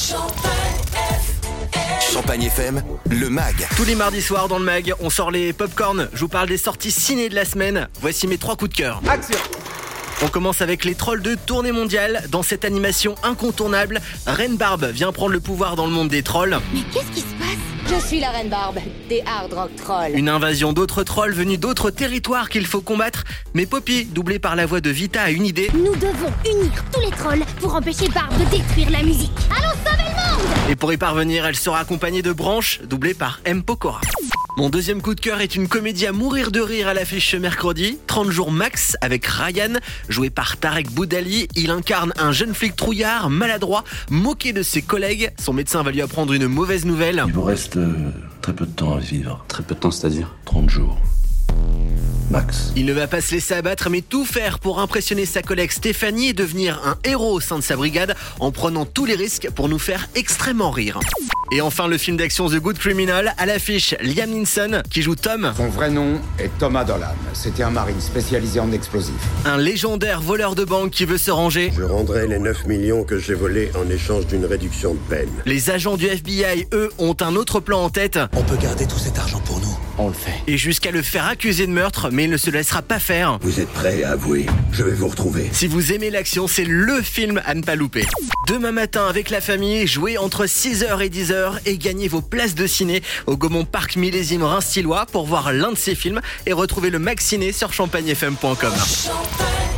Champagne FM, le MAG. Tous les mardis soirs dans le MAG, on sort les popcorn. Je vous parle des sorties ciné de la semaine. Voici mes 3 coups de cœur. Action. On commence avec les Trolls 2 tournée mondiale. Dans cette animation incontournable, Reine Barbe vient prendre le pouvoir dans le monde des trolls. Mais qu'est-ce qui se passe? Je suis la Reine Barbe, des Hard Rock Trolls. Une invasion d'autres trolls venus d'autres territoires qu'il faut combattre. Mais Poppy, doublée par la voix de Vita, a une idée. Nous devons unir tous les trolls pour empêcher Barbe de détruire la musique. Allons sauver le monde! Et pour y parvenir, elle sera accompagnée de Branche, doublée par M. Pokora. Mon deuxième coup de cœur est une comédie à mourir de rire à l'affiche ce mercredi. 30 jours max avec Ryan, joué par Tarek Boudali. Il incarne un jeune flic trouillard, maladroit, moqué de ses collègues. Son médecin va lui apprendre une mauvaise nouvelle. Il vous reste très peu de temps à vivre. Très peu de temps, c'est-à-dire 30 jours. Max. Il ne va pas se laisser abattre mais tout faire pour impressionner sa collègue Stéphanie et devenir un héros au sein de sa brigade en prenant tous les risques pour nous faire extrêmement rire. Et enfin le film d'action The Good Criminal, à l'affiche Liam Neeson qui joue Tom. Son vrai nom est Thomas Dolan. C'était un marine spécialisé en explosifs. Un légendaire voleur de banque qui veut se ranger. Je rendrai les 9 millions que j'ai volés en échange d'une réduction de peine. Les agents du FBI, eux, ont un autre plan en tête. On peut garder tout cet argent pour nous. on le fait. Et jusqu'à le faire accuser de meurtre, mais il ne se laissera pas faire. Vous êtes prêts à avouer? Je vais vous retrouver. Si vous aimez l'action, c'est le film à ne pas louper. Demain matin, avec la famille, jouez entre 6h et 10h et gagnez vos places de ciné au Gaumont Parc Millésime Reims-Stillois pour voir l'un de ces films et retrouver le Max Ciné sur champagnefm.com. Champagne.